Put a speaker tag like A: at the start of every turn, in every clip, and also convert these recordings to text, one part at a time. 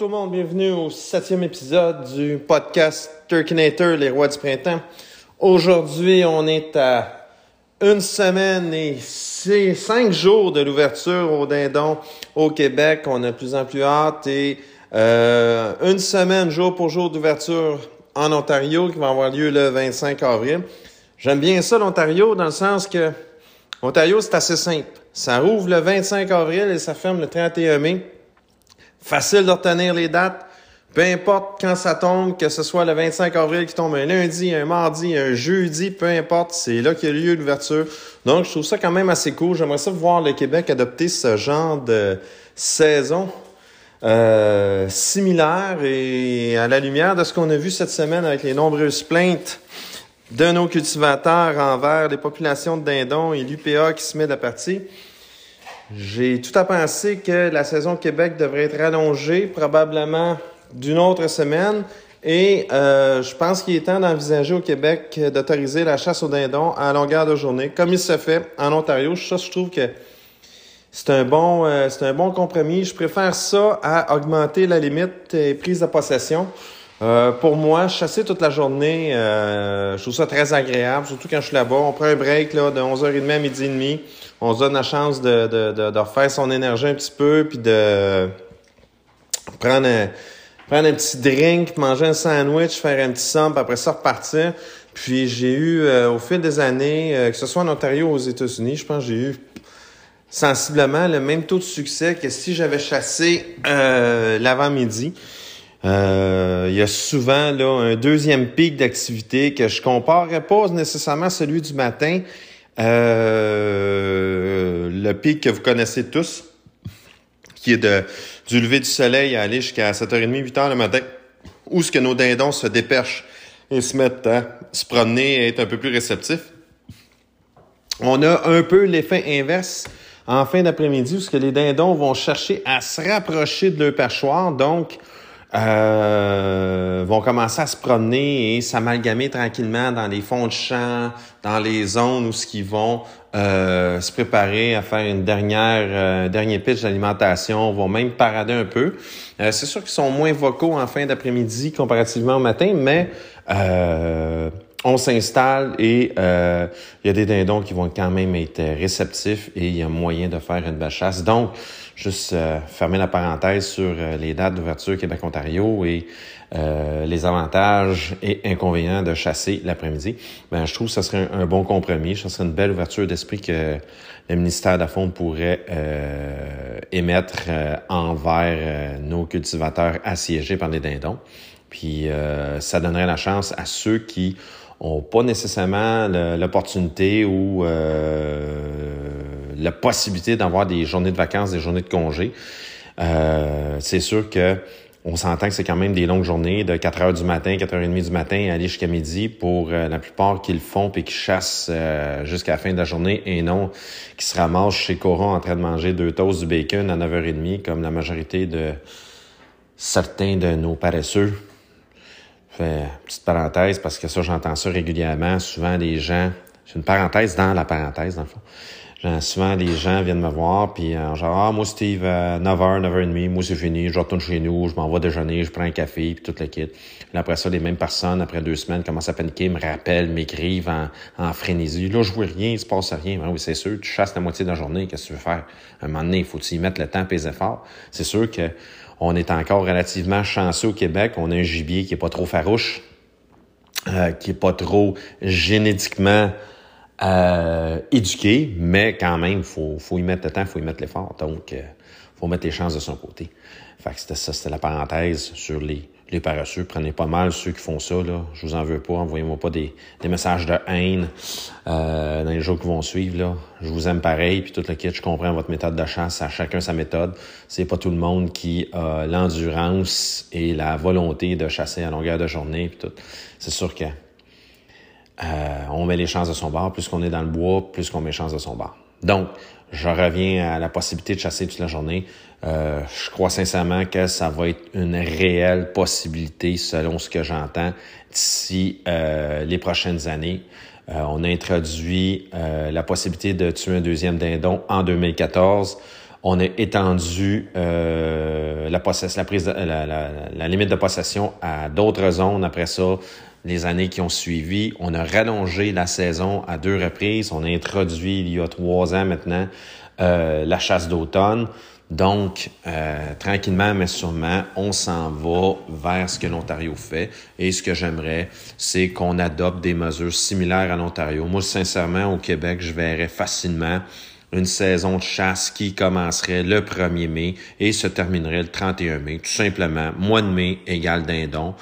A: tout le monde, bienvenue au 7e épisode du podcast Turkinator, les rois du printemps. Aujourd'hui, on est à une semaine et 5 jours de l'ouverture au Dindon au Québec. On a de plus en plus hâte et une semaine jour pour jour d'ouverture en Ontario qui va avoir lieu le 25 avril. J'aime bien ça l'Ontario dans le sens que Ontario, c'est assez simple. Ça rouvre le 25 avril et ça ferme le 31 mai. Facile de retenir les dates. Peu importe quand ça tombe, que ce soit le 25 avril qui tombe un lundi, un mardi, un jeudi, peu importe, c'est là qu'il y a lieu l'ouverture. Donc, je trouve ça quand même assez cool. J'aimerais ça voir le Québec adopter ce genre de saison similaire et à la lumière de ce qu'on a vu cette semaine avec les nombreuses plaintes de nos cultivateurs envers les populations de dindons et l'UPA qui se met de la partie. J'ai tout à penser que la saison au Québec devrait être rallongée, probablement d'une autre semaine. Et je pense qu'il est temps d'envisager au Québec d'autoriser la chasse aux dindons à longueur de journée, comme il se fait en Ontario. Ça, je trouve que c'est un bon compromis. Je préfère ça à augmenter la limite et prise de possession. Pour moi, chasser toute la journée, je trouve ça très agréable, surtout quand je suis là-bas. On prend un break là, de 11h30 à 12h30. On se donne la chance de refaire son énergie un petit peu, puis de prendre un petit drink, manger un sandwich, faire un petit somme, puis après ça repartir. Puis j'ai eu, au fil des années, que ce soit en Ontario ou aux États-Unis, je pense que j'ai eu sensiblement le même taux de succès que si j'avais chassé l'avant-midi. Il y a souvent là un deuxième pic d'activité que je comparerais pas nécessairement à celui du matin. Le pic que vous connaissez tous, qui est du lever du soleil à aller jusqu'à 7h30, 8h le matin, où ce que nos dindons se déperchent et se mettent à se promener et être un peu plus réceptifs. On a un peu l'effet inverse en fin d'après-midi, où ce que les dindons vont chercher à se rapprocher de leur perchoir, donc vont commencer à se promener et s'amalgamer tranquillement dans les fonds de champ, dans les zones où ce qu'ils vont se préparer à faire une dernier pitch d'alimentation, vont même parader un peu. C'est sûr qu'ils sont moins vocaux en fin d'après-midi comparativement au matin, mais on s'installe et il y a des dindons qui vont quand même être réceptifs et il y a moyen de faire une belle chasse. Donc, juste fermer la parenthèse sur les dates d'ouverture Québec-Ontario et les avantages et inconvénients de chasser l'après-midi. Ben, je trouve que ce serait un bon compromis. Ce serait une belle ouverture d'esprit que le ministère de la Faune pourrait émettre envers nos cultivateurs assiégés par les dindons. Puis ça donnerait la chance à ceux qui ont pas nécessairement l'opportunité ou la possibilité d'avoir des journées de vacances, des journées de congé. C'est sûr que on s'entend que c'est quand même des longues journées de 4h du matin, 4h30 du matin, aller jusqu'à midi pour la plupart qui le font puis qui chassent jusqu'à la fin de la journée et non qui se ramassent chez Coron en train de manger 2 toasts du bacon à 9h30 comme la majorité de certains de nos paresseux. Petite parenthèse, parce que ça, j'entends ça régulièrement. Souvent, les gens... C'est une parenthèse dans la parenthèse, dans le fond. Souvent, les gens viennent me voir, puis genre, moi, Steve, 9h, 9h30, moi, c'est fini, je retourne chez nous, je m'en vais déjeuner, je prends un café, puis tout le kit. Puis après ça, les mêmes personnes, après 2 semaines, commencent à paniquer, me rappellent, m'écrivent en frénésie. Là, je vois rien, il se passe rien. Ben oui, c'est sûr, tu chasses la moitié de la journée, qu'est-ce que tu veux faire? À un moment donné, il faut y mettre le temps et les efforts. C'est sûr que on est encore relativement chanceux au Québec. On a un gibier qui est pas trop farouche, qui est pas trop génétiquement éduqué, mais quand même, faut y mettre le temps, faut y mettre l'effort. Donc, faut mettre les chances de son côté. Fait que c'était la parenthèse sur les paresseux. Prenez pas mal ceux qui font ça, là. Je vous en veux pas. Envoyez-moi pas des messages de haine dans les jours qui vont suivre, là. Je vous aime pareil, puis tout le kit, je comprends votre méthode de chasse. À chacun sa méthode. C'est pas tout le monde qui a l'endurance et la volonté de chasser à longueur de journée, puis tout. C'est sûr que on met les chances de son bord. Plus qu'on est dans le bois, plus qu'on met les chances de son bord. Donc, je reviens à la possibilité de chasser toute la journée. Je crois sincèrement que ça va être une réelle possibilité selon ce que j'entends d'ici les prochaines années. On a introduit la possibilité de tuer un deuxième dindon en 2014. On a étendu la limite de possession à d'autres zones. Après ça, les années qui ont suivi, on a rallongé la saison à 2 reprises. On a introduit, il y a 3 ans maintenant, la chasse d'automne. Donc, tranquillement, mais sûrement, on s'en va vers ce que l'Ontario fait. Et ce que j'aimerais, c'est qu'on adopte des mesures similaires à l'Ontario. Moi, sincèrement, au Québec, je verrais facilement une saison de chasse qui commencerait le 1er mai et se terminerait le 31 mai. Tout simplement, mois de mai égale dindon.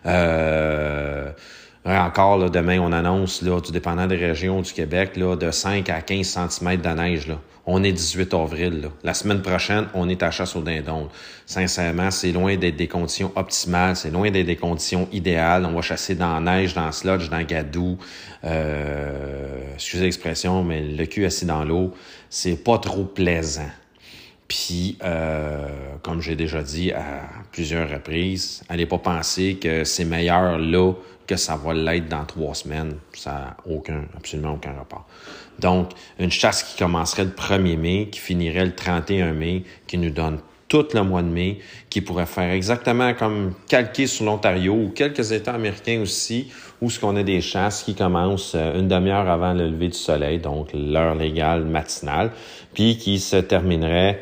A: Encore, là, demain, on annonce, là, tout dépendant des régions du Québec, là, de 5 à 15 cm de neige, là. On est 18 avril, là. La semaine prochaine, on est à chasse au dindon. Sincèrement, c'est loin d'être des conditions optimales, c'est loin d'être des conditions idéales. On va chasser dans la neige, dans le sludge, dans le gadou. Excusez l'expression, mais le cul assis dans l'eau, c'est pas trop plaisant. Puis, comme j'ai déjà dit à plusieurs reprises, allez pas penser que c'est meilleur là que ça va l'être dans 3 semaines. Ça n'a absolument aucun rapport. Donc, une chasse qui commencerait le 1er mai, qui finirait le 31 mai, qui nous donne tout le mois de mai, qui pourrait faire exactement comme calqué sur l'Ontario ou quelques États américains aussi, où ce qu'on a des chasses qui commencent une demi-heure avant le lever du soleil, donc l'heure légale matinale, puis qui se terminerait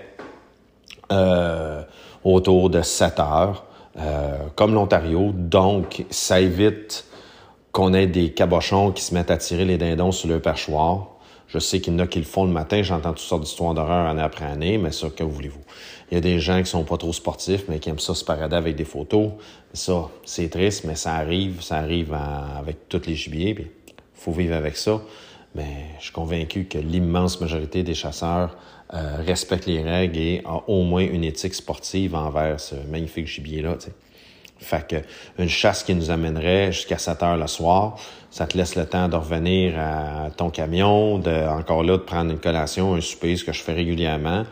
A: autour de 7 heures, comme l'Ontario. Donc, ça évite qu'on ait des cabochons qui se mettent à tirer les dindons sur le perchoir. Je sais qu'il y en a qui le font le matin. J'entends toutes sortes d'histoires d'horreur année après année, mais ça, que voulez-vous? Il y a des gens qui sont pas trop sportifs, mais qui aiment ça se parader avec des photos. Ça, c'est triste, mais ça arrive. Ça arrive avec tous les gibiers. Puis, faut vivre avec ça. Mais je suis convaincu que l'immense majorité des chasseurs respectent les règles et ont au moins une éthique sportive envers ce magnifique gibier-là, tu sais. Fait que une chasse qui nous amènerait jusqu'à 7 heures le soir, ça te laisse le temps de revenir à ton camion, encore là, de prendre une collation, un souper, ce que je fais régulièrement.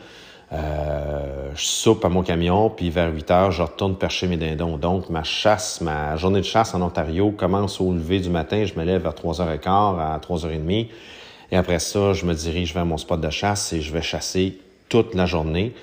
A: Je soupe à mon camion, puis vers 8 heures, je retourne percher mes dindons. Donc, ma journée de chasse en Ontario commence au lever du matin. Je me lève vers 3h15 à 3h30. Et après ça, je me dirige vers mon spot de chasse et je vais chasser toute la journée,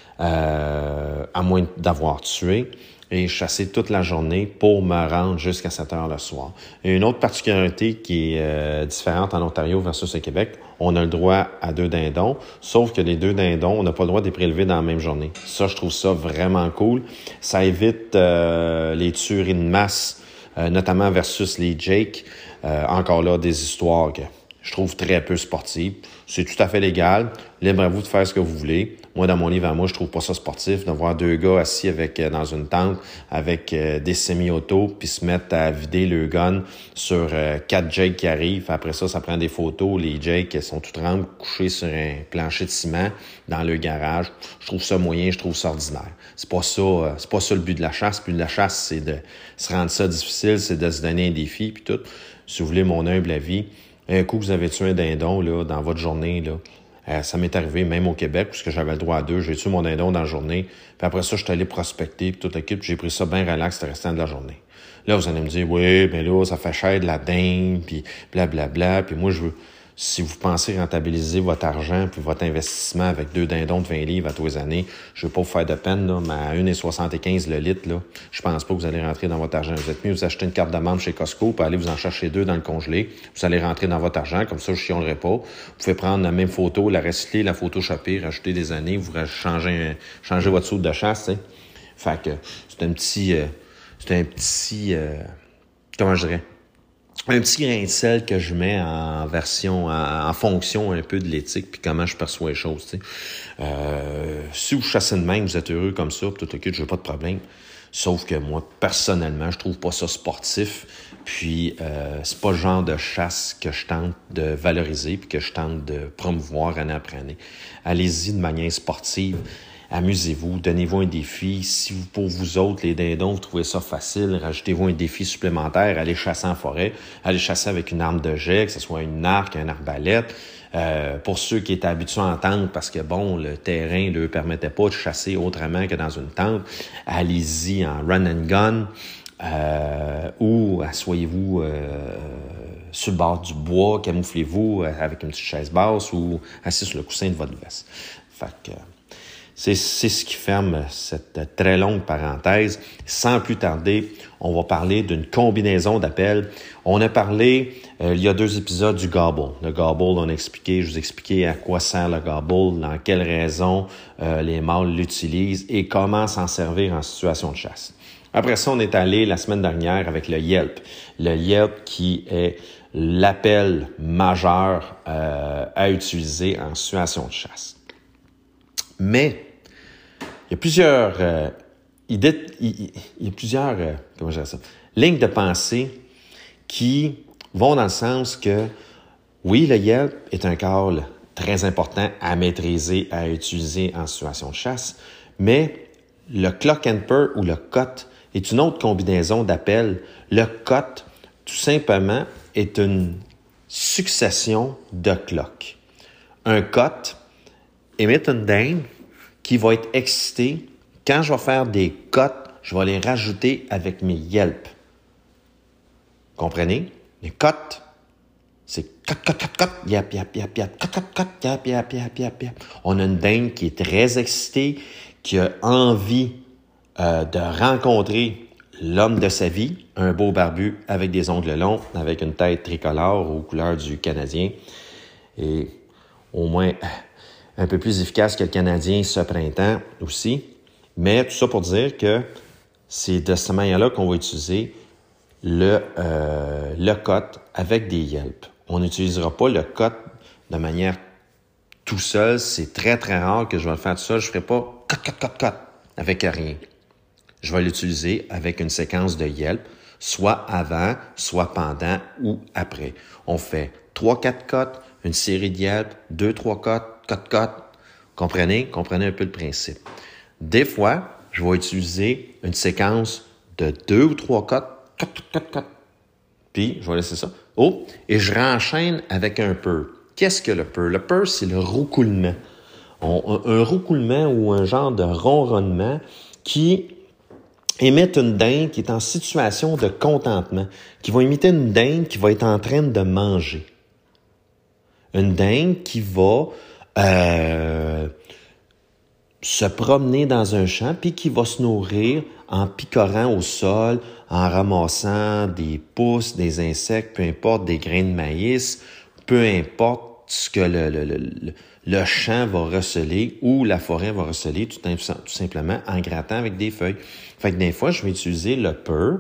A: à moins d'avoir tué. Et chasser toute la journée pour me rendre jusqu'à 7 heures le soir. Et une autre particularité qui est différente en Ontario versus au Québec, on a le droit à 2 dindons, sauf que les 2 dindons, on n'a pas le droit de les prélever dans la même journée. Ça, je trouve ça vraiment cool. Ça évite les tueries de masse, notamment versus les Jake. Encore là, des histoires que je trouve très peu sportives. C'est tout à fait légal. Libre à vous de faire ce que vous voulez. Moi, dans mon livre à moi, je trouve pas ça sportif de voir 2 gars assis dans une tente avec des semi-autos puis se mettre à vider le gun sur 4 Jake qui arrivent. Après ça prend des photos. Les Jake sont tout trempés, couchés sur un plancher de ciment dans le garage. Je trouve ça moyen, je trouve ça ordinaire. C'est pas ça le but de la chasse. Le but de la chasse, c'est de se rendre ça difficile, c'est de se donner un défi puis tout. Si vous voulez mon humble avis, un coup vous avez tué un dindon là dans votre journée là. Ça m'est arrivé même au Québec, puisque j'avais le droit à 2. J'ai tué mon dindon dans la journée. Puis après ça, je suis allé prospecter, puis toute l'équipe, j'ai pris ça bien relax le restant de la journée. Là, vous allez me dire, oui, mais là, ça fait cher de la dinde, puis blablabla. Puis moi, si vous pensez rentabiliser votre argent puis votre investissement avec 2 dindons de 20 livres à tous les années, je ne veux pas vous faire de peine, là, mais à 1,75 le litre, là, je pense pas que vous allez rentrer dans votre argent. Vous êtes mieux vous acheter une carte de membre chez Costco puis aller vous en chercher 2 dans le congelé. Vous allez rentrer dans votre argent, comme ça, je chionnerai pas. Vous pouvez prendre la même photo, la recycler, la photoshopper, rajouter des années, vous changer votre soude de chasse, t'sais. Fait que c'est un petit comment je dirais? Un petit grain de sel que je mets en fonction un peu de l'éthique puis comment je perçois les choses, tu sais. Si vous chassez de même, vous êtes heureux comme ça, puis tout ok, j'ai pas de problème. Sauf que moi, personnellement, je trouve pas ça sportif. Puis c'est pas le genre de chasse que je tente de valoriser puis que je tente de promouvoir année après année. Allez-y de manière sportive. Amusez-vous, donnez-vous un défi. Si vous, pour vous autres, les dindons, vous trouvez ça facile, rajoutez-vous un défi supplémentaire. Allez chasser en forêt, allez chasser avec une arme de jet, que ce soit une arc, un arbalète. Pour ceux qui étaient habitués en tente, parce que bon, le terrain ne leur permettait pas de chasser autrement que dans une tente, allez-y en run and gun. Ou asseyez-vous sur le bord du bois, camouflez-vous avec une petite chaise basse ou assis sur le coussin de votre veste. Fait que C'est ce qui ferme cette très longue parenthèse. Sans plus tarder, on va parler d'une combinaison d'appels. On a parlé, il y a 2 épisodes, du gobble. Le gobble, je vous ai expliqué à quoi sert le gobble, dans quelles raisons les mâles l'utilisent et comment s'en servir en situation de chasse. Après ça, on est allé la semaine dernière avec le Yelp. Le Yelp qui est l'appel majeur à utiliser en situation de chasse. Mais il y a plusieurs lignes de pensée qui vont dans le sens que oui, le Yelp est un call très important à maîtriser, à utiliser en situation de chasse, mais le clock and purr ou le cut est une autre combinaison d'appels. Le cut, tout simplement, est une succession de cloques. Un cut émite une dinde qui va être excitée. Quand je vais faire des cuts, je vais les rajouter avec mes Yelp. Comprenez? Les cuts, c'est cut, yap, yap, yap, yap, cut, yap, yap, yap, yap, yap. On a une dinde qui est très excitée, qui a envie de rencontrer l'homme de sa vie, un beau barbu avec des ongles longs, avec une tête tricolore aux couleurs du Canadien et au moins un peu plus efficace que le Canadien ce printemps aussi. Mais tout ça pour dire que c'est de cette manière-là qu'on va utiliser le cut avec des Yelp. On n'utilisera pas le cut de manière tout seul. C'est très, très rare que je vais le faire tout seul. Je ne ferai pas cut avec rien. Je vais l'utiliser avec une séquence de Yelp, soit avant, soit pendant ou après. On fait 3-4 cuts, une série de Yelp, 2-3 cuts. Comprenez? Comprenez un peu le principe. Des fois, je vais utiliser une séquence de 2 ou 3 cuts. Puis, je vais laisser ça. Et je renchaîne avec un purr. Qu'est-ce que le purr? Le purr, c'est le roucoulement. Un roucoulement ou un genre de ronronnement qui émettent une dinde qui est en situation de contentement, qui va imiter une dinde qui va être en train de manger. Une dinde qui va se promener dans un champ puis qui va se nourrir en picorant au sol, en ramassant des pousses, des insectes, peu importe, des grains de maïs, peu importe ce que le champ va receler ou la forêt va receler tout simplement en grattant avec des feuilles. Fait que des fois, je vais utiliser le purr.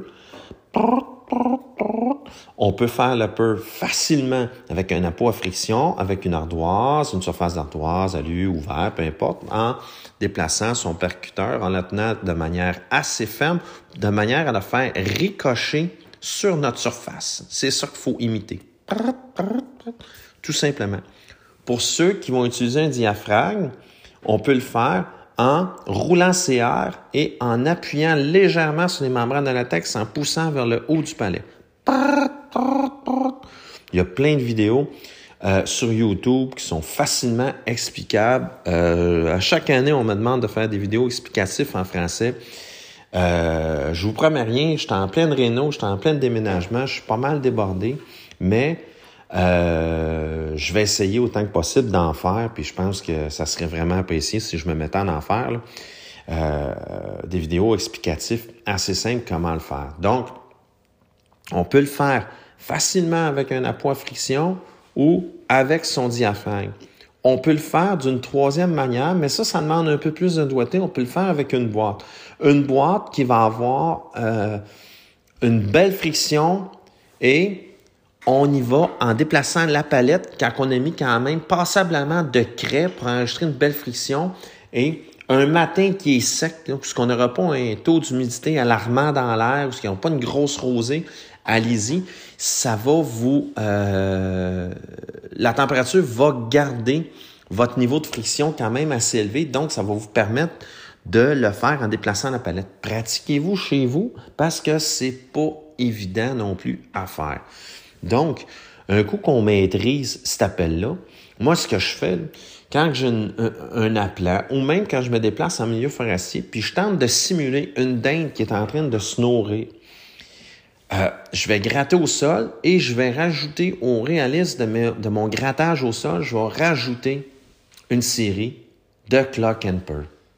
A: On peut faire le purr facilement avec un appôt à friction, avec une ardoise, une surface d'ardoise, alu, ouvert, peu importe, en déplaçant son percuteur, en le tenant de manière assez ferme, de manière à le faire ricocher sur notre surface. C'est ça qu'il faut imiter. Tout simplement. Pour ceux qui vont utiliser un diaphragme, on peut le faire en roulant CR et en appuyant légèrement sur les membranes de latex en poussant vers le haut du palais. Il y a plein de vidéos sur YouTube qui sont facilement explicables. À chaque année, on me demande de faire des vidéos explicatives en français. Je vous promets rien, je suis en pleine réno, je suis en plein déménagement, je suis pas mal débordé, mais je vais essayer autant que possible d'en faire, puis je pense que ça serait vraiment apprécié si je me mettais en faire des vidéos explicatives assez simples comment le faire. Donc, on peut le faire facilement avec un appôt à friction ou avec son diaphragme. On peut le faire d'une troisième manière, mais ça demande un peu plus de doigté. On peut le faire avec une boîte. Une boîte qui va avoir une belle friction et on y va en déplaçant la palette quand on a mis quand même passablement de craie pour enregistrer une belle friction. Et un matin qui est sec, puisqu'on n'aura pas un taux d'humidité alarmant dans l'air, puisqu'ils n'ont pas une grosse rosée, allez-y, ça va vous... la température va garder votre niveau de friction quand même assez élevé, donc ça va vous permettre de le faire en déplaçant la palette. Pratiquez-vous chez vous parce que c'est pas évident non plus à faire. Donc, un coup qu'on maîtrise cet appel-là, moi, ce que je fais, quand j'ai un appelant, ou même quand je me déplace en milieu forestier, puis je tente de simuler une dinde qui est en train de se nourrir, je vais gratter au sol et je vais rajouter au réalisme de mon grattage au sol, je vais rajouter une série de clock and purr.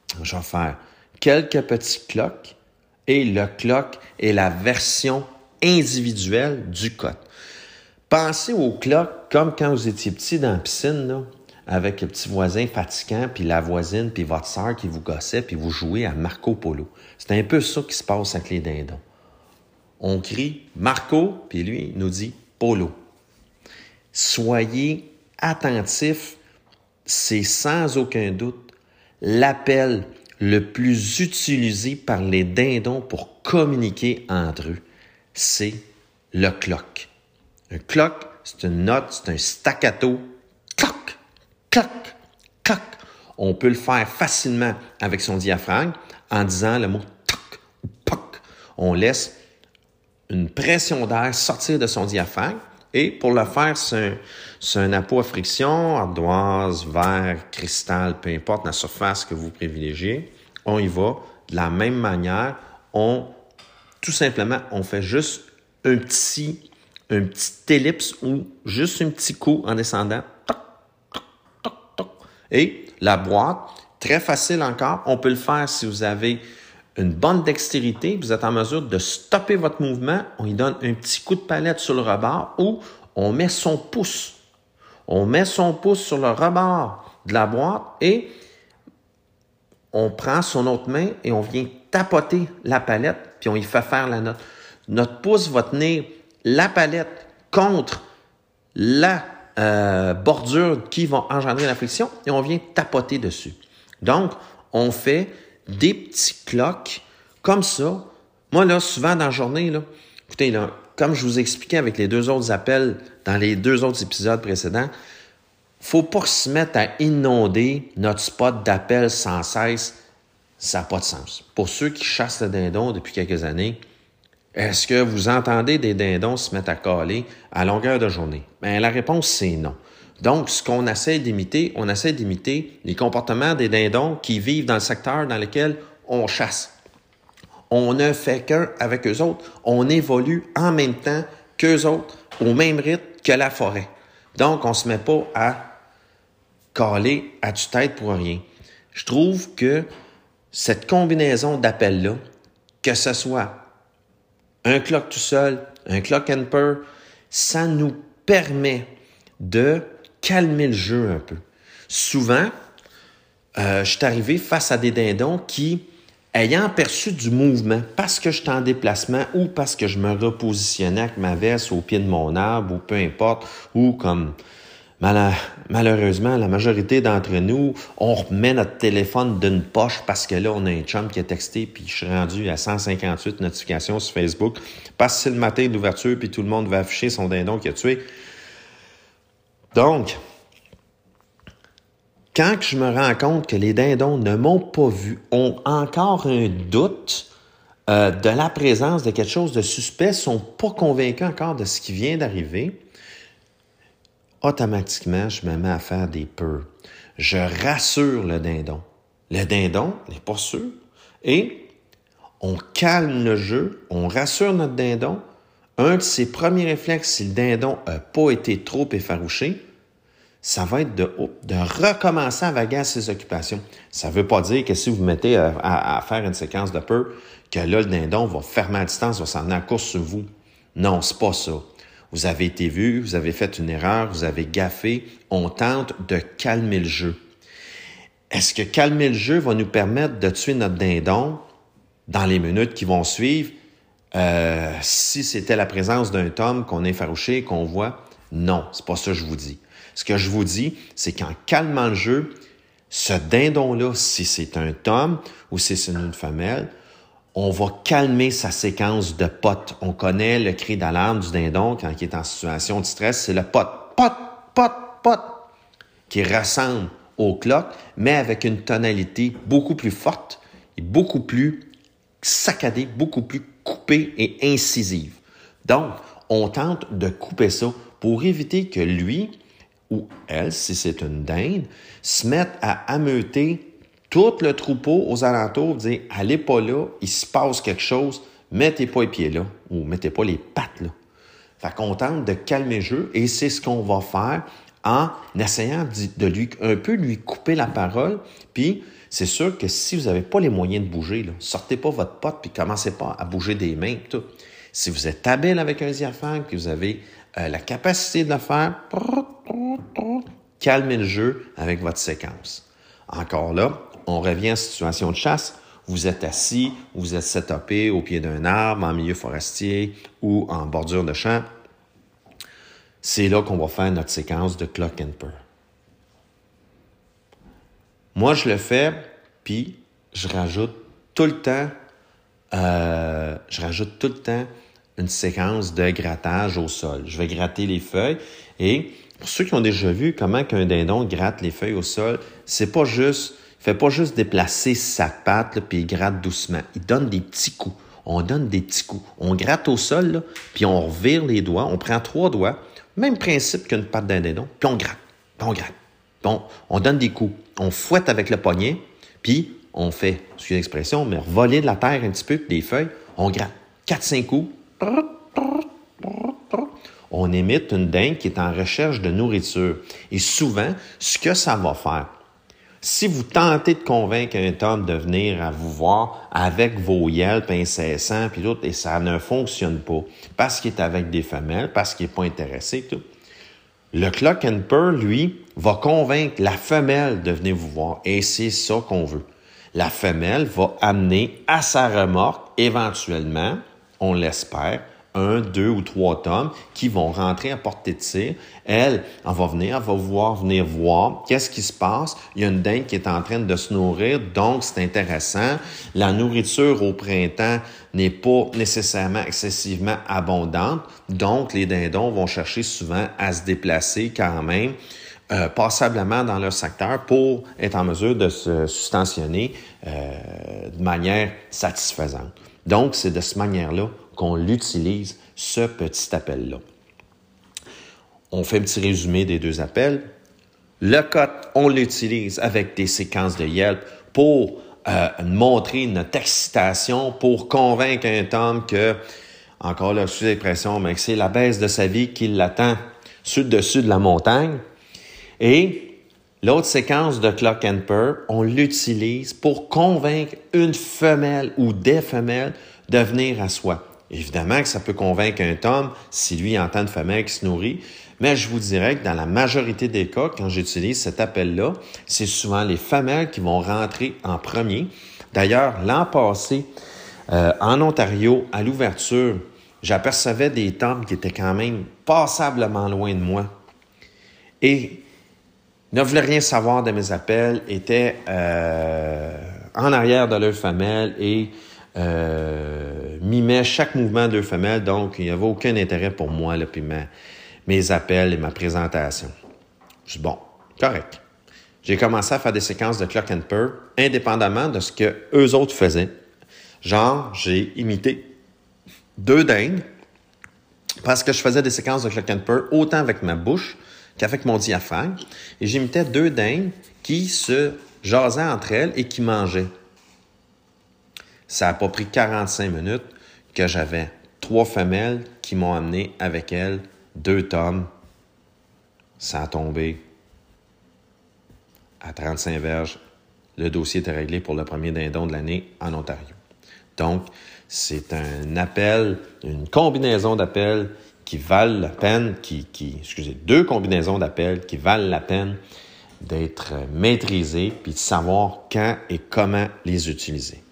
A: je vais faire quelques petits clocs et le cloc est la version individuelle du code. Pensez au cloc comme quand vous étiez petit dans la piscine, là, avec le petit voisin fatigant, puis la voisine, puis votre sœur qui vous gossait, puis vous jouez à Marco Polo. C'est un peu ça qui se passe avec les dindons. On crie Marco, puis lui, il nous dit Polo. Soyez attentifs, c'est sans aucun doute l'appel le plus utilisé par les dindons pour communiquer entre eux. C'est le cloc. Un cloc, c'est une note, c'est un staccato. Cloc, cloc, cloc. On peut le faire facilement avec son diaphragme en disant le mot toc ou poc. On laisse une pression d'air sortir de son diaphragme. Et pour le faire, c'est un appôt à friction, ardoise, verre, cristal, peu importe la surface que vous privilégiez. On y va de la même manière. Tout simplement, on fait juste un petit ellipse ou juste un petit coup en descendant. Toc, toc, toc, toc. Et la boîte, très facile encore. On peut le faire si vous avez une bonne dextérité, vous êtes en mesure de stopper votre mouvement, on lui donne un petit coup de palette sur le rebord ou on met son pouce. On met son pouce sur le rebord de la boîte et on prend son autre main et on vient tapoter la palette puis on y fait faire la note. Notre pouce va tenir la palette contre la bordure qui va engendrer la friction et on vient tapoter dessus. Donc, on fait des petits clocs comme ça. Moi, là, souvent dans la journée, là, écoutez, là, comme je vous expliquais avec les 2 autres appels dans les 2 autres épisodes précédents, faut pas se mettre à inonder notre spot d'appel sans cesse. Ça n'a pas de sens. Pour ceux qui chassent le dindon depuis quelques années, est-ce que vous entendez des dindons se mettre à caler à longueur de journée? Bien, la réponse, c'est non. Donc, ce qu'on essaie d'imiter, on essaie d'imiter les comportements des dindons qui vivent dans le secteur dans lequel on chasse. On ne fait qu'un avec eux autres. On évolue en même temps qu'eux autres, au même rythme que la forêt. Donc, on ne se met pas à caler à tue-tête pour rien. Je trouve que cette combinaison d'appels-là, que ce soit un clock tout seul, un clock and purr, ça nous permet de calmer le jeu un peu. Souvent, je suis arrivé face à des dindons qui, ayant perçu du mouvement, parce que j'étais en déplacement ou parce que je me repositionnais avec ma veste au pied de mon arbre ou peu importe, ou comme malheureusement, la majorité d'entre nous, on remet notre téléphone d'une poche parce que là, on a un chum qui a texté puis je suis rendu à 158 notifications sur Facebook parce que c'est le matin d'ouverture puis tout le monde va afficher son dindon qu'il a tué. Donc, quand je me rends compte que les dindons ne m'ont pas vu, ont encore un doute de la présence de quelque chose de suspect, sont pas convaincus encore de ce qui vient d'arriver, automatiquement, je me mets à faire des purrs. Je rassure le dindon. Le dindon n'est pas sûr et on calme le jeu, on rassure notre dindon. Un de ses premiers réflexes, si le dindon n'a pas été trop effarouché, ça va être de recommencer à vaguer à ses occupations. Ça ne veut pas dire que si vous mettez à faire une séquence de peur, que là, le dindon va fermer à distance, va s'en venir en course sur vous. Non, c'est pas ça. Vous avez été vu, vous avez fait une erreur, vous avez gaffé. On tente de calmer le jeu. Est-ce que calmer le jeu va nous permettre de tuer notre dindon dans les minutes qui vont suivre? Si c'était la présence d'un tome qu'on a effarouché, qu'on voit, non, c'est pas ça que je vous dis. Ce que je vous dis, c'est qu'en calmant le jeu, ce dindon-là, si c'est un tome ou si c'est une femelle, on va calmer sa séquence de potes. On connaît le cri d'alarme du dindon quand il est en situation de stress, c'est le pot, pot, pot, pot, qui ressemble au clock, mais avec une tonalité beaucoup plus forte et beaucoup plus saccadée, beaucoup plus coupée et incisive. Donc, on tente de couper ça pour éviter que lui ou elle, si c'est une dinde, se mette à ameuter tout le troupeau aux alentours, dire « Allez pas là, il se passe quelque chose, mettez pas les pieds là, ou mettez pas les pattes là. » Fait qu'on tente de calmer le jeu, et c'est ce qu'on va faire en essayant de lui couper la parole, puis C'est sûr que si vous n'avez pas les moyens de bouger, là, sortez pas votre pote puis commencez pas à bouger des mains. Tout. Si vous êtes habile avec un diaphragme, que vous avez la capacité de le faire, calmez le jeu avec votre séquence. Encore là, on revient en situation de chasse. Vous êtes assis, vous êtes setupé au pied d'un arbre, en milieu forestier ou en bordure de champ. C'est là qu'on va faire notre séquence de clock and purr. Moi, je le fais, puis je rajoute tout le temps une séquence de grattage au sol. Je vais gratter les feuilles et pour ceux qui ont déjà vu comment qu'un dindon gratte les feuilles au sol, il fait pas juste déplacer sa patte là, puis il gratte doucement. Il donne des petits coups. On donne des petits coups. On gratte au sol, là, puis on revire les doigts. On prend 3 doigts, même principe qu'une patte d'un dindon, puis on gratte, puis on gratte. Bon, on donne des coups. On fouette avec le poignet, puis on fait, excusez l'expression, mais revoler de la terre un petit peu, des feuilles, on gratte. 4-5 coups. On imite une dinde qui est en recherche de nourriture. Et souvent, ce que ça va faire, si vous tentez de convaincre un homme de venir à vous voir avec vos yelps incessants, puis tout, et ça ne fonctionne pas, parce qu'il est avec des femelles, parce qu'il n'est pas intéressé, tout, le clock and purr, lui, va convaincre la femelle de venir vous voir. Et c'est ça qu'on veut. La femelle va amener à sa remorque, éventuellement, on l'espère, 1, 2 ou 3 tomes qui vont rentrer à portée de tir. Elle va venir voir qu'est-ce qui se passe. Il y a une dinde qui est en train de se nourrir, donc c'est intéressant. La nourriture au printemps n'est pas nécessairement excessivement abondante, donc les dindons vont chercher souvent à se déplacer quand même passablement dans leur secteur pour être en mesure de se substantionner de manière satisfaisante. Donc, c'est de cette manière-là qu'on l'utilise, ce petit appel-là. On fait un petit résumé des 2 appels. Le cut, on l'utilise avec des séquences de Yelp pour montrer notre excitation, pour convaincre un homme que, encore là, sous l'expression, mais que c'est la baisse de sa vie qui l'attend sur le dessus de la montagne. Et l'autre séquence de clock and purr, on l'utilise pour convaincre une femelle ou des femelles de venir à soi. Évidemment que ça peut convaincre un homme si lui entend une femelle qui se nourrit, mais je vous dirais que dans la majorité des cas, quand j'utilise cet appel-là, c'est souvent les femelles qui vont rentrer en premier. D'ailleurs, l'an passé, en Ontario, à l'ouverture, j'apercevais des tomes qui étaient quand même passablement loin de moi. Et ne voulaient rien savoir de mes appels, étaient en arrière de leur femelle et mimaient chaque mouvement de leur femelle, donc il n'y avait aucun intérêt pour moi, là, puis mes appels et ma présentation. Je dis, bon, correct. J'ai commencé à faire des séquences de clock and purr, indépendamment de ce que eux autres faisaient. Genre, j'ai imité 2 dindes, parce que je faisais des séquences de clock and purr autant avec ma bouche qu'avec mon diaphragme, et j'imitais 2 dindes qui se jasaient entre elles et qui mangeaient. Ça n'a pas pris 45 minutes que j'avais 3 femelles qui m'ont amené avec elles 2 tomes. Ça a tombé à 35 verges. Le dossier était réglé pour le premier dindon de l'année en Ontario. Donc, c'est un appel, une combinaison d'appels qui valent la peine, 2 combinaisons d'appels qui valent la peine d'être maîtrisées puis de savoir quand et comment les utiliser.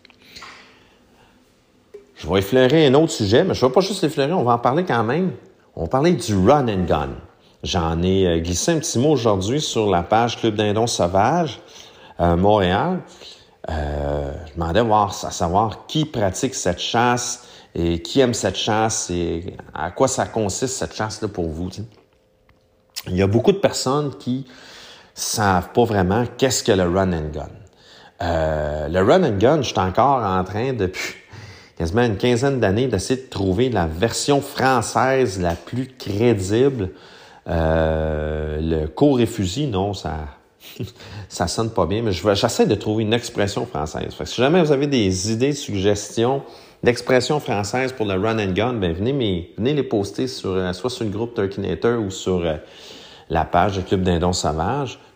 A: Je vais effleurer un autre sujet, mais je ne vais pas juste l'effleurer, on va en parler quand même. On va parler du run and gun. J'en ai glissé un petit mot aujourd'hui sur la page Club Dindon Sauvage Montréal. Je demandais à savoir qui pratique cette chasse et qui aime cette chasse et à quoi ça consiste cette chasse-là pour vous. T'sais. Il y a beaucoup de personnes qui savent pas vraiment qu'est-ce que le run and gun. Le run and gun, je suis encore en train depuis quasiment une quinzaine d'années d'essayer de trouver la version française la plus crédible. Le cours et fusil, non, ça sonne pas bien, mais j'essaie de trouver une expression française. Fait que si jamais vous avez des idées, suggestions d'expressions françaises pour le run and gun, ben venez les poster soit sur le groupe Turkinator ou sur la page du Club Dindon Sauvage.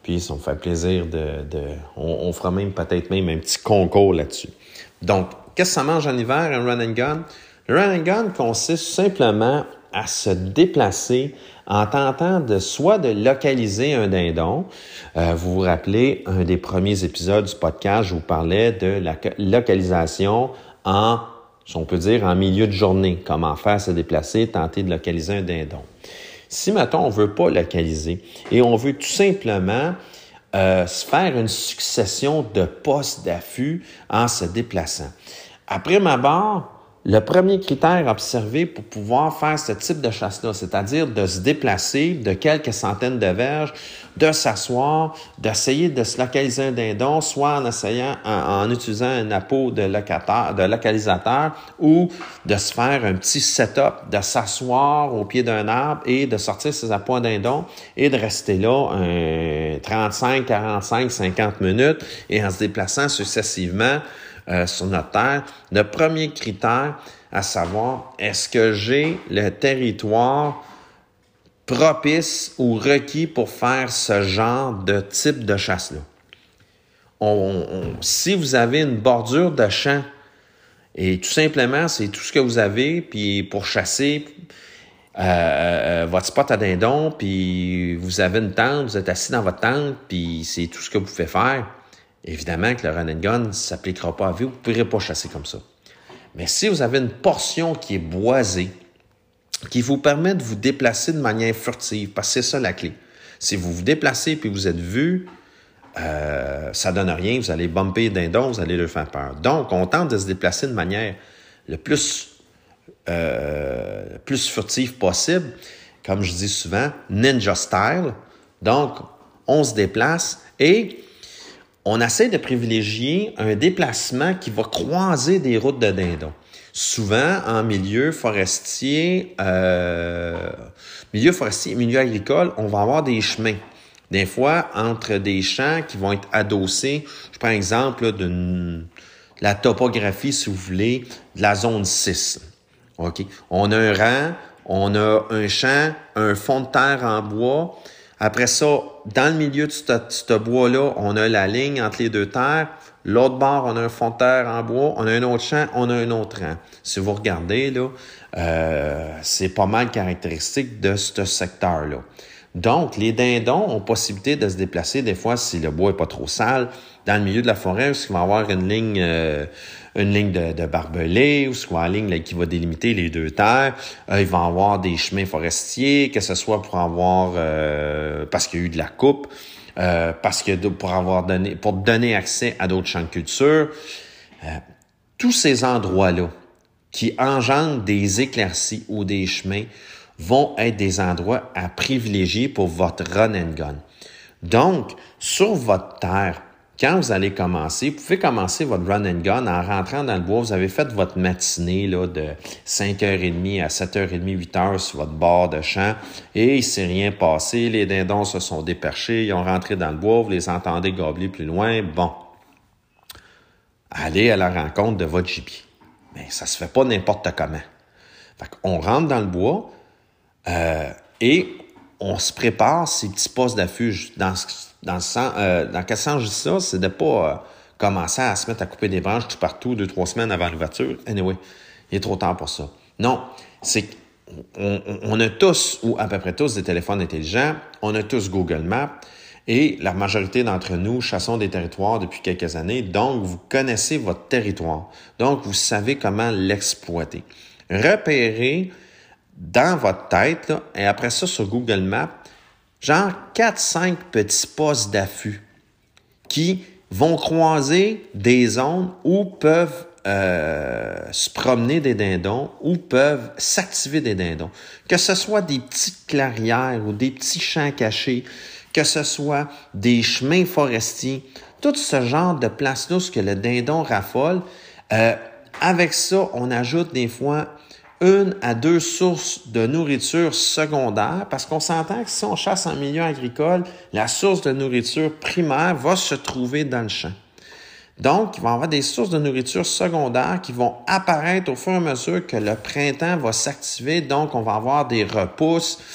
A: Puis ça me fait plaisir on fera peut-être même un petit concours là-dessus. Donc, qu'est-ce que ça mange en hiver, un run and gun? Le run and gun consiste simplement à se déplacer en tentant soit de localiser un dindon. Vous vous rappelez, un des premiers épisodes du podcast, je vous parlais de la localisation si on peut dire, en milieu de journée. Comment faire se déplacer, tenter de localiser un dindon. Si, mettons, on ne veut pas localiser et on veut tout simplement se faire une succession de postes d'affût en se déplaçant. Après ma barre, le premier critère observé pour pouvoir faire ce type de chasse-là, c'est-à-dire de se déplacer de quelques centaines de verges, de s'asseoir, d'essayer de se localiser un dindon, soit en utilisant un appôt de localisateur ou de se faire un petit setup, de s'asseoir au pied d'un arbre et de sortir ses appuis à dindon et de rester là 35, 45, 50 minutes et en se déplaçant successivement sur notre terre. Le premier critère à savoir, est-ce que j'ai le territoire propice ou requis pour faire ce genre de type de chasse-là? Si vous avez une bordure de champ, et tout simplement, c'est tout ce que vous avez, puis pour chasser votre spot à dindon, puis vous avez une tente, vous êtes assis dans votre tente, puis c'est tout ce que vous pouvez faire, évidemment que le run and gun ne s'appliquera pas à vous. Vous ne pourrez pas chasser comme ça. Mais si vous avez une portion qui est boisée, qui vous permet de vous déplacer de manière furtive, parce que c'est ça la clé. Si vous vous déplacez puis vous êtes vu, ça donne rien. Vous allez bumper dindon, vous allez leur faire peur. Donc, on tente de se déplacer de manière le plus furtive possible. Comme je dis souvent, ninja style. Donc, on se déplace et on essaie de privilégier un déplacement qui va croiser des routes de dindons. Souvent, en milieu forestier et milieu agricole, on va avoir des chemins. Des fois, entre des champs qui vont être adossés, je prends exemple là, de la topographie, si vous voulez, de la zone 6. OK? On a un rang, on a un champ, un fond de terre en bois. Après ça, dans le milieu de ce bois-là, on a la ligne entre les deux terres. L'autre bord, on a un fond de terre en bois. On a un autre champ, on a un autre rang. Si vous regardez, là, c'est pas mal caractéristique de ce secteur-là. Donc, les dindons ont possibilité de se déplacer des fois si le bois est pas trop sale dans le milieu de la forêt, où il va y avoir une ligne de barbelés, ou soit une ligne qui va délimiter les deux terres. Il va y avoir des chemins forestiers, que ce soit pour avoir parce qu'il y a eu de la coupe, pour donner accès à d'autres champs de culture. Tous ces endroits-là qui engendrent des éclaircies ou des chemins vont être des endroits à privilégier pour votre run and gun. Donc, sur votre terre, quand vous allez commencer, vous pouvez commencer votre run and gun en rentrant dans le bois. Vous avez fait votre matinée là, de 5h30 à 7h30, 8h sur votre bord de champ et il ne s'est rien passé. Les dindons se sont déperchés, ils ont rentré dans le bois, vous les entendez gobler plus loin. Bon, allez à la rencontre de votre gibier. Mais ça se fait pas n'importe comment. Fait qu'on rentre dans le bois et on se prépare ces petits postes d'affût. Dans quel sens je dis ça, c'est de pas commencer à se mettre à couper des branches tout partout 2-3 semaines avant l'ouverture. Anyway, il est trop tard pour ça. Non, c'est qu'on a tous, ou à peu près tous, des téléphones intelligents. On a tous Google Maps. Et la majorité d'entre nous chassons des territoires depuis quelques années. Donc, vous connaissez votre territoire. Donc, vous savez comment l'exploiter. Repérez dans votre tête, là, et après ça, sur Google Maps, genre 4-5 petits postes d'affût qui vont croiser des zones où peuvent se promener des dindons, où peuvent s'activer des dindons. Que ce soit des petites clairières ou des petits champs cachés, que ce soit des chemins forestiers, tout ce genre de places-là où le dindon raffole. Avec ça, on ajoute des fois 1 à 2 sources de nourriture secondaire, parce qu'on s'entend que si on chasse en milieu agricole, la source de nourriture primaire va se trouver dans le champ. Donc, il va y avoir des sources de nourriture secondaires qui vont apparaître au fur et à mesure que le printemps va s'activer. Donc, on va avoir des repousses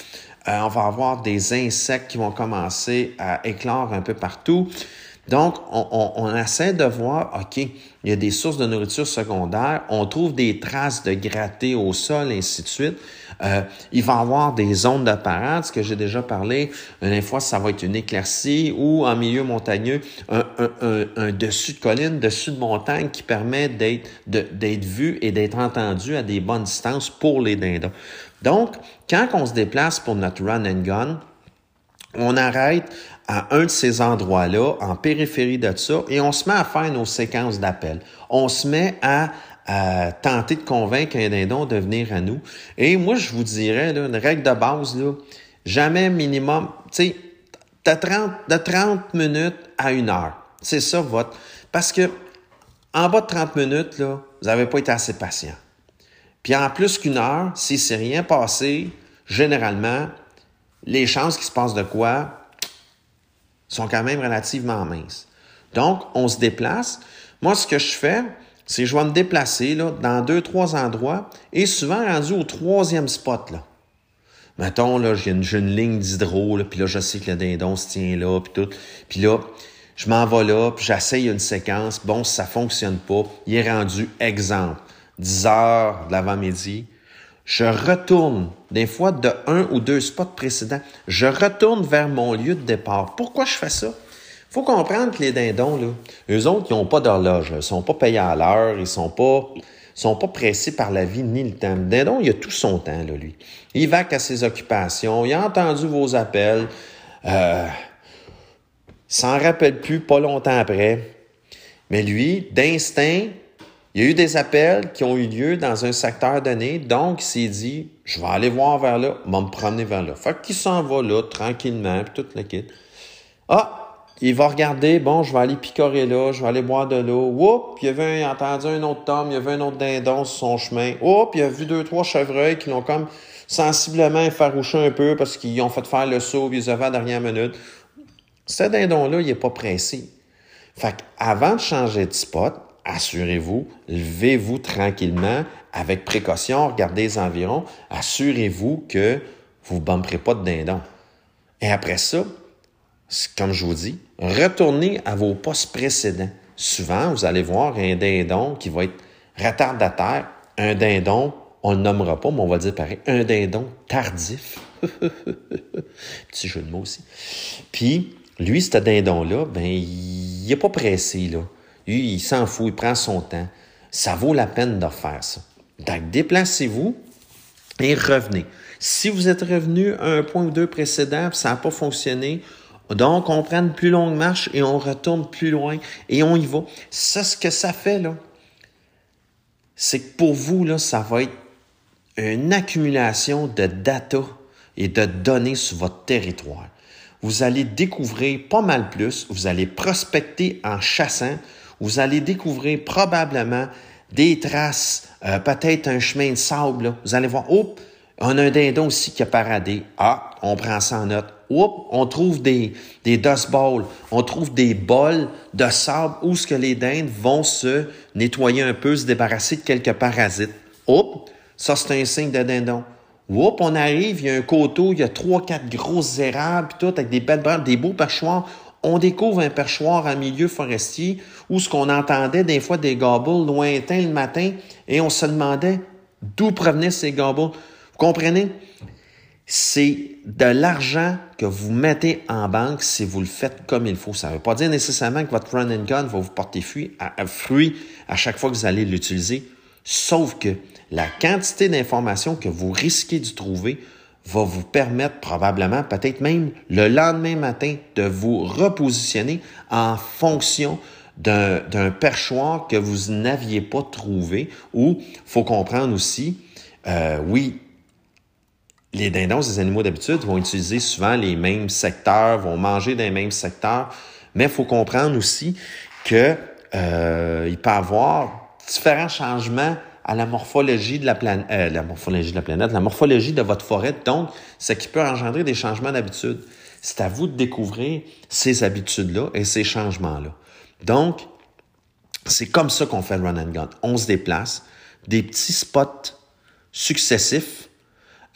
A: On va avoir des insectes qui vont commencer à éclore un peu partout. Donc, on essaie de voir, OK, il y a des sources de nourriture secondaires, on trouve des traces de gratté au sol, ainsi de suite. Il va y avoir des zones de parade, ce que j'ai déjà parlé. Une fois, ça va être une éclaircie ou en milieu montagneux, un dessus de colline, dessus de montagne qui permet d'être vu et d'être entendu à des bonnes distances pour les dindons. Donc, quand on se déplace pour notre run and gun, on arrête à un de ces endroits-là, en périphérie de ça, et on se met à faire nos séquences d'appels. On se met à tenter de convaincre un dindon de venir à nous. Et moi, je vous dirais, là, une règle de base, là, jamais minimum, tu sais, de 30 minutes à 1 heure. C'est ça votre... Parce que en bas de 30 minutes, là, vous n'avez pas été assez patient. Puis en plus qu'1 heure, si c'est rien passé, généralement, les chances qu'il se passe de quoi sont quand même relativement minces. Donc, on se déplace. Moi, ce que je fais, c'est que je vais me déplacer là, dans 2-3 endroits et souvent rendu au 3e spot. Là. Mettons, là, j'ai une ligne d'hydro, puis là, je sais que le dindon se tient là, puis tout. Puis là, je m'en vais là, puis j'essaye une séquence. Bon, si ça fonctionne pas, il est rendu, exemple, 10 heures de l'avant-midi. Je retourne, des fois de 1 ou 2 spots précédents, je retourne vers mon lieu de départ. Pourquoi je fais ça? Il faut comprendre que les dindons, là, eux autres, ils n'ont pas d'horloge. Ils sont pas payés à l'heure, ils sont pas pressés par la vie ni le temps. Le dindon, il a tout son temps, là, lui. Il vaque à ses occupations, il a entendu vos appels, s'en rappelle plus pas longtemps après. Mais lui, d'instinct, il y a eu des appels qui ont eu lieu dans un secteur donné, donc il s'est dit, je vais aller voir vers là, je vais me promener vers là. Fait qu'il s'en va là, tranquillement, puis tout le kit. Ah, il va regarder, bon, je vais aller picorer là, je vais aller boire de l'eau. Oups, il a entendu un autre tome, il y avait un autre dindon sur son chemin. Oups, il a vu 2-3 chevreuils qui l'ont comme sensiblement effarouché un peu parce qu'ils ont fait faire le saut, puis ils avaient à la dernière minute. Ce dindon-là, il n'est pas pressé. Fait qu'avant de changer de spot, assurez-vous, levez-vous tranquillement, avec précaution, regardez les environs, assurez-vous que vous ne bumperez pas de dindon. Et après ça, comme je vous dis, retournez à vos postes précédents. Souvent, vous allez voir un dindon qui va être retardataire, un dindon, on ne le nommera pas, mais on va dire pareil, un dindon tardif. Petit jeu de mots aussi. Puis, lui, ce dindon-là, ben, il n'est pas pressé, là. Lui, il s'en fout, il prend son temps. Ça vaut la peine de faire ça. Donc, déplacez-vous et revenez. Si vous êtes revenu à un point ou deux précédent, ça n'a pas fonctionné, donc on prend une plus longue marche et on retourne plus loin et on y va. Ça, ce que ça fait, là, c'est que pour vous, là, ça va être une accumulation de data et de données sur votre territoire. Vous allez découvrir pas mal plus, vous allez prospecter en chassant, vous allez découvrir probablement des traces, peut-être un chemin de sable. Là. Vous allez voir, oh, on a un dindon aussi qui a paradé. Ah, on prend ça en note. Oh, on trouve des dust balls, on trouve des bols de sable où ce que les dindes vont se nettoyer un peu, se débarrasser de quelques parasites. Oh, ça c'est un signe de dindon. Oups, on arrive, il y a un coteau, il y a 3-4 grosses érables, tout, avec des belles branches, des beaux perchoirs. On découvre un perchoir en milieu forestier où ce qu'on entendait des fois des gobbles lointains le matin et on se demandait d'où provenaient ces gobbles. Vous comprenez? C'est de l'argent que vous mettez en banque si vous le faites comme il faut. Ça ne veut pas dire nécessairement que votre run and gun va vous porter fruit à chaque fois que vous allez l'utiliser. Sauf que la quantité d'informations que vous risquez de trouver va vous permettre probablement, peut-être même le lendemain matin, de vous repositionner en fonction d'un perchoir que vous n'aviez pas trouvé. Ou, faut comprendre aussi, oui, les dindons, ces animaux d'habitude, vont utiliser souvent les mêmes secteurs, vont manger dans les mêmes secteurs, mais il faut comprendre aussi que il peut y avoir différents changements à la morphologie de la planète, la morphologie de votre forêt, donc ce qui peut engendrer des changements d'habitude. C'est à vous de découvrir ces habitudes-là et ces changements-là. Donc, c'est comme ça qu'on fait le run and gun. On se déplace, des petits spots successifs,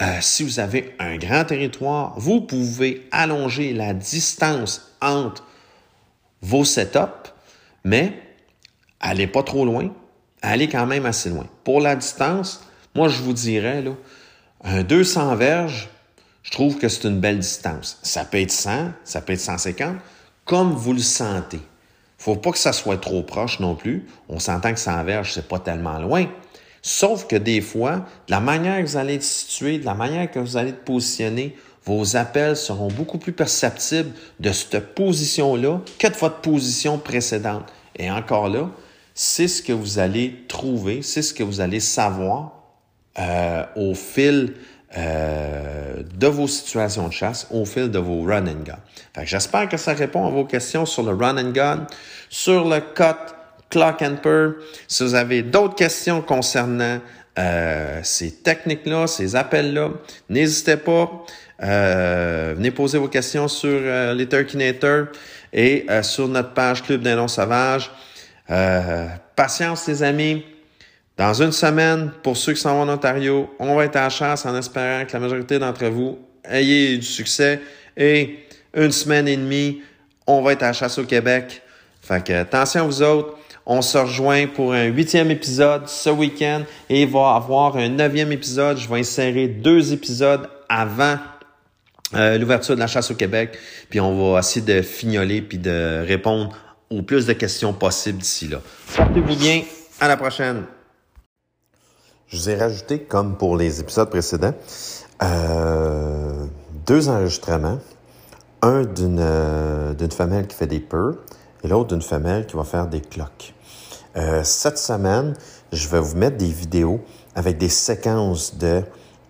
A: Si vous avez un grand territoire, vous pouvez allonger la distance entre vos setups, mais allez pas trop loin, allez quand même assez loin. Pour la distance, moi je vous dirais, là, un 200 verges, je trouve que c'est une belle distance. Ça peut être 100, ça peut être 150, comme vous le sentez. Faut pas que ça soit trop proche non plus. On s'entend que 100 verges, c'est pas tellement loin. Sauf que des fois, de la manière que vous allez être situé, de la manière que vous allez être positionné, vos appels seront beaucoup plus perceptibles de cette position-là que de votre position précédente. Et encore là, c'est ce que vous allez trouver, c'est ce que vous allez savoir au fil de vos situations de chasse, au fil de vos run and gun. Fait que j'espère que ça répond à vos questions sur le run and gun, sur le cut, clock and purr. Si vous avez d'autres questions concernant ces techniques-là, ces appels-là, n'hésitez pas. Venez poser vos questions sur les Turkinators et sur notre page Club des Noms Sauvages. Patience, les amis. Dans une semaine, pour ceux qui s'en vont en Ontario, on va être à la chasse en espérant que la majorité d'entre vous ayez du succès. Et une semaine et demie, on va être à la chasse au Québec. Fait que attention vous autres. On se rejoint pour un 8e épisode ce week-end et il va y avoir un 9e épisode. Je vais insérer 2 épisodes avant l'ouverture de la chasse au Québec. Puis on va essayer de fignoler puis de répondre au plus de questions possibles d'ici là. Portez-vous bien. À la prochaine. Je vous ai rajouté, comme pour les épisodes précédents, 2 enregistrements. Un d'une femelle qui fait des purrs et l'autre d'une femelle qui va faire des clocks. Cette semaine, je vais vous mettre des vidéos avec des séquences de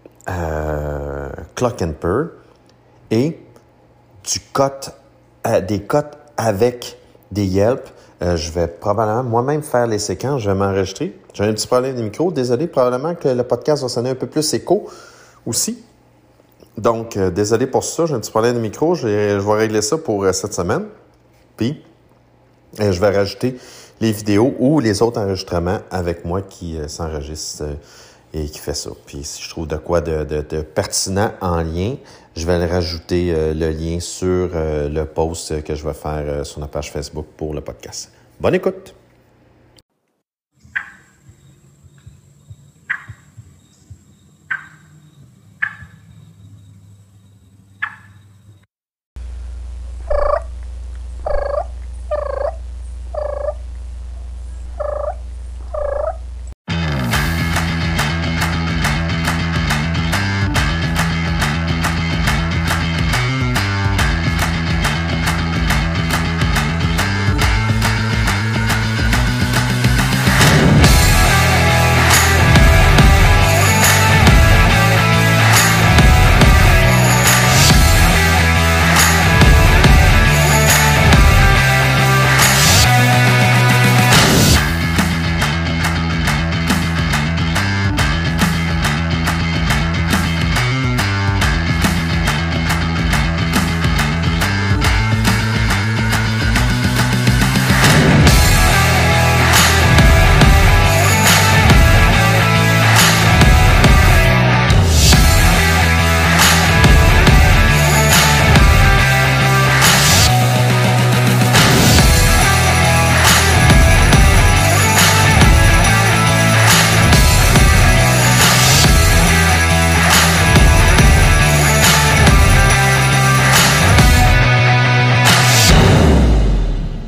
A: clock and purr et des cuts avec des yelps. Je vais probablement moi-même faire les séquences, je vais m'enregistrer. J'ai un petit problème de micro, désolé, probablement que le podcast va sonner un peu plus écho aussi. Donc, désolé pour ça, j'ai un petit problème de micro, je vais régler ça pour cette semaine. Puis, je vais rajouter les vidéos ou les autres enregistrements avec moi qui s'enregistrent et qui fait ça. Puis, si je trouve de quoi de pertinent en lien, je vais rajouter le lien sur le post que je vais faire sur la page Facebook pour le podcast. Bonne écoute!